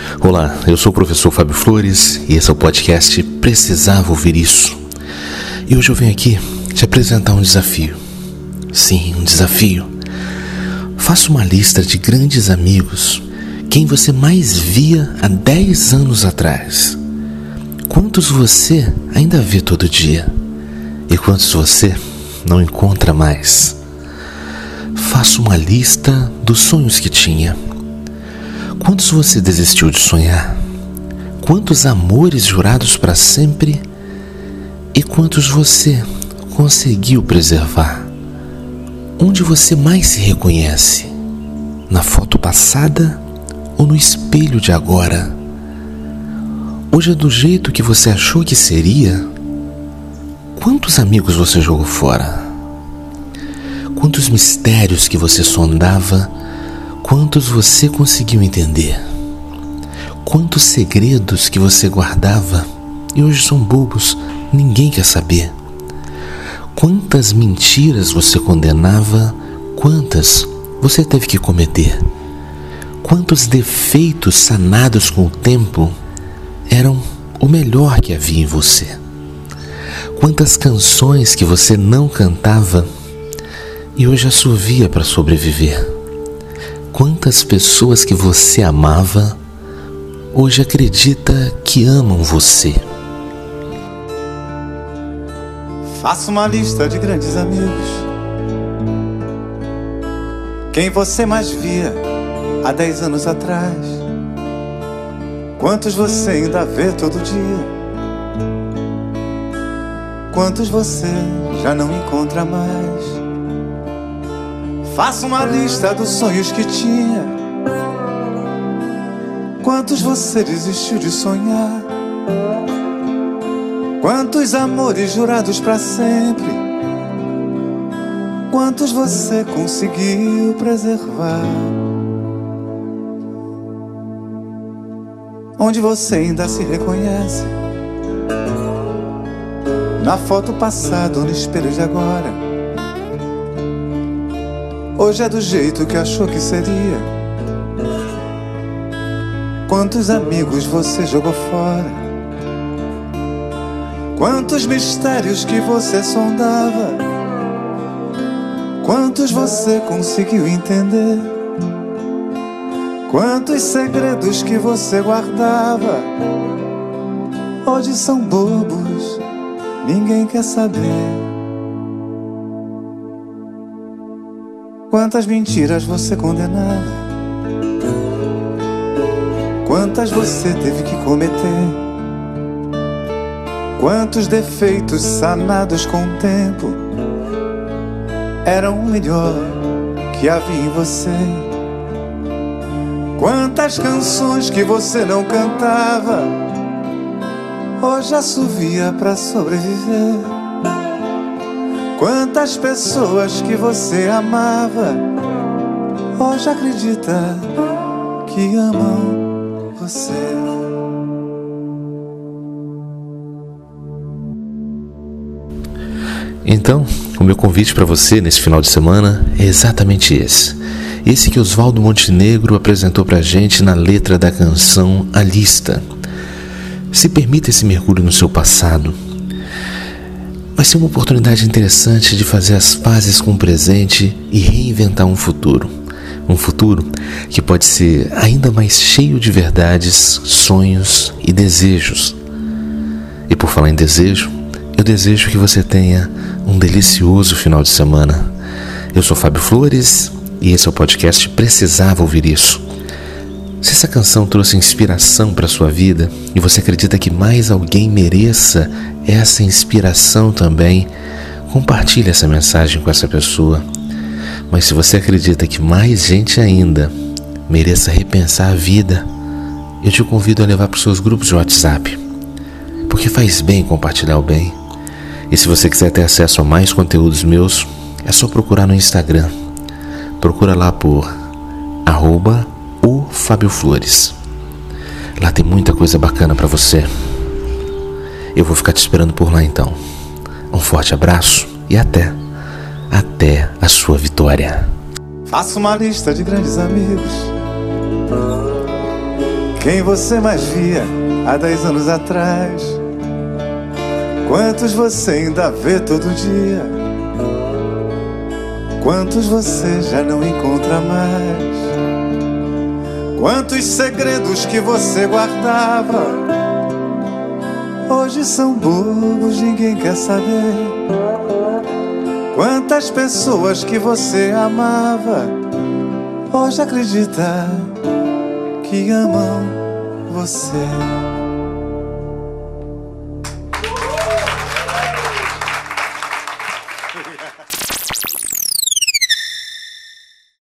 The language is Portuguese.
Olá, eu sou o professor Fábio Flores e esse é o podcast Precisava Ouvir Isso. E hoje eu venho aqui te apresentar um desafio. Sim, um desafio. Faça uma lista de grandes amigos, quem você mais via há 10 anos atrás. Quantos você ainda vê todo dia? E quantos você não encontra mais? Faça uma lista dos sonhos que tinha. Quantos você desistiu de sonhar? Quantos amores jurados para sempre? E quantos você conseguiu preservar? Onde você mais se reconhece? Na foto passada ou no espelho de agora? Hoje é do jeito que você achou que seria? Quantos amigos você jogou fora? Quantos mistérios que você sondava? Quantos você conseguiu entender? Quantos segredos que você guardava e hoje são bobos, ninguém quer saber? Quantas mentiras você condenava, quantas você teve que cometer? Quantos defeitos sanados com o tempo eram o melhor que havia em você? Quantas canções que você não cantava e hoje assovia para sobreviver? Quantas pessoas que você amava, hoje acredita que amam você? Faça uma lista de grandes amigos, quem você mais via há 10 anos atrás. Quantos você ainda vê todo dia? Quantos você já não encontra mais? Faça uma lista dos sonhos que tinha. Quantos você desistiu de sonhar? Quantos amores jurados para sempre? Quantos você conseguiu preservar? Onde você ainda se reconhece? Na foto passada ou no espelho de agora? Hoje é do jeito que achou que seria? Quantos amigos você jogou fora? Quantos mistérios que você sondava? Quantos você conseguiu entender? Quantos segredos que você guardava hoje são bobos, ninguém quer saber. Quantas mentiras você condenava? Quantas você teve que cometer? Quantos defeitos sanados com o tempo eram o melhor que havia em você? Quantas canções que você não cantava hoje assovia para sobreviver? Quantas pessoas que você amava hoje acredita que amam você? Então, o meu convite para você nesse final de semana é exatamente esse. Esse que Oswaldo Montenegro apresentou para a gente na letra da canção A Lista. Se permita esse mergulho no seu passado. Vai ser uma oportunidade interessante de fazer as pazes com o presente e reinventar um futuro. Um futuro que pode ser ainda mais cheio de verdades, sonhos e desejos. E por falar em desejo, eu desejo que você tenha um delicioso final de semana. Eu sou Fábio Flores e esse é o podcast Precisava Ouvir Isso. Se essa canção trouxe inspiração para a sua vida e você acredita que mais alguém mereça essa inspiração também, compartilhe essa mensagem com essa pessoa. Mas se você acredita que mais gente ainda mereça repensar a vida, eu te convido a levar para os seus grupos de WhatsApp, porque faz bem compartilhar o bem. E se você quiser ter acesso a mais conteúdos meus, é só procurar no Instagram. Procura lá por @FábioFlores. Lá tem muita coisa bacana para você. Eu vou ficar te esperando por lá então. Um forte abraço e até a sua vitória. Faça uma lista de grandes amigos, Quem você mais via há 10 anos atrás? Quantos você ainda vê todo dia? Quantos você já não encontra mais? Quantos segredos que você guardava hoje são bobos, ninguém quer saber. Quantas pessoas que você amava hoje acredita que amam você.